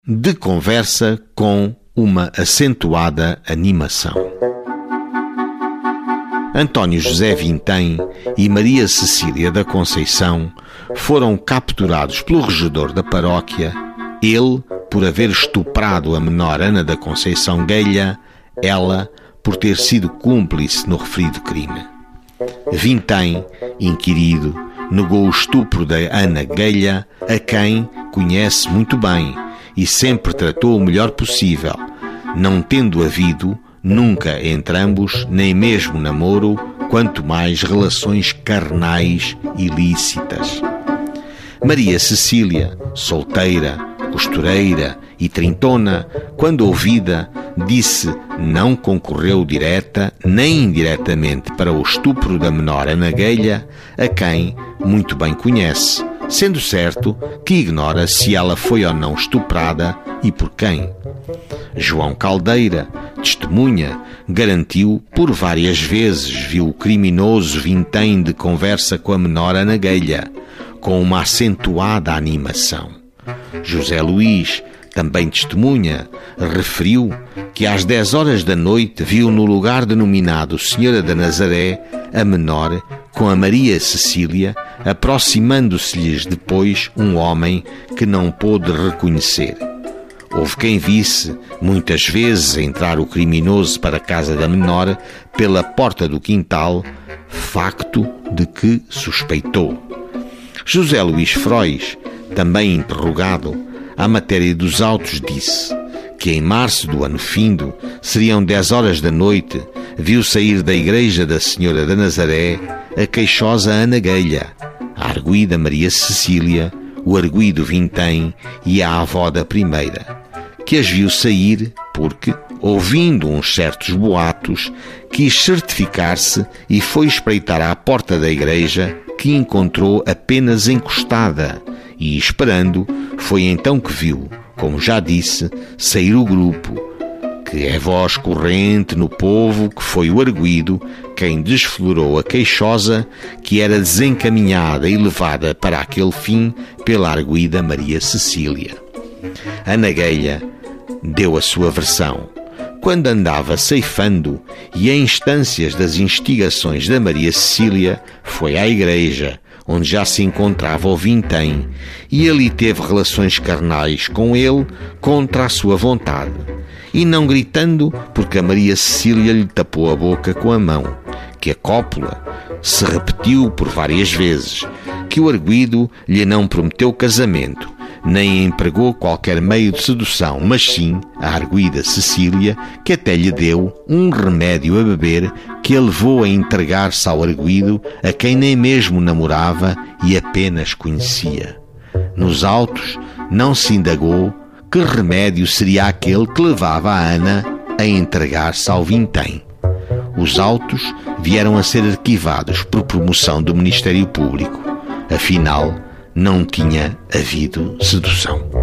de conversa com uma acentuada animação. António José Vintém e Maria Cecília da Conceição foram capturados pelo regedor da paróquia, ele por haver estuprado a menor Ana da Conceição Guelha, ela por ter sido cúmplice no referido crime. Vintém, inquirido, negou o estupro da Ana Guelha, a quem conhece muito bem e sempre tratou o melhor possível, não tendo havido nunca entre ambos nem mesmo namoro, quanto mais relações carnais ilícitas. Maria Cecília, solteira, costureira e trintona, quando ouvida, disse não concorreu direta nem indiretamente para o estupro da menor Ana Guelha, a quem muito bem conhece, sendo certo que ignora se ela foi ou não estuprada e por quem. João Caldeira, testemunha, garantiu por várias vezes viu o criminoso Vintém de conversa com a menor Ana Guelha, com uma acentuada animação. José Luís, também testemunha, referiu que às 10 horas da noite viu no lugar denominado Senhora da Nazaré a menor com a Maria Cecília, aproximando-se-lhes depois um homem que não pôde reconhecer. Houve quem visse, muitas vezes, entrar o criminoso para a casa da menor pela porta do quintal, facto de que suspeitou. José Luís Frois, também interrogado, à matéria dos autos disse que em março do ano findo, seriam 10 horas da noite, viu sair da igreja da Senhora da Nazaré a queixosa Ana Guelha, a arguida Maria Cecília, o arguido Vintém e a avó da primeira, que as viu sair porque, ouvindo uns certos boatos, quis certificar-se e foi espreitar à porta da igreja, que encontrou apenas encostada, e esperando, foi então que viu, como já disse, sair o grupo, que é voz corrente no povo que foi o arguido quem desflorou a queixosa, que era desencaminhada e levada para aquele fim pela arguida Maria Cecília. Ana Guelha deu a sua versão. Quando andava ceifando e em instâncias das instigações da Maria Cecília, foi à igreja, onde já se encontrava o Vintém, e ali teve relações carnais com ele contra a sua vontade, e não gritando porque a Maria Cecília lhe tapou a boca com a mão, que a cópula se repetiu por várias vezes, que o arguido lhe não prometeu casamento, nem empregou qualquer meio de sedução, mas sim a arguida Cecília, que até lhe deu um remédio a beber que a levou a entregar-se ao arguido, a quem nem mesmo namorava e apenas conhecia. Nos autos não se indagou que remédio seria aquele que levava a Ana a entregar-se ao Vintém. Os autos vieram a ser arquivados por promoção do Ministério Público. Afinal, não tinha havido sedução.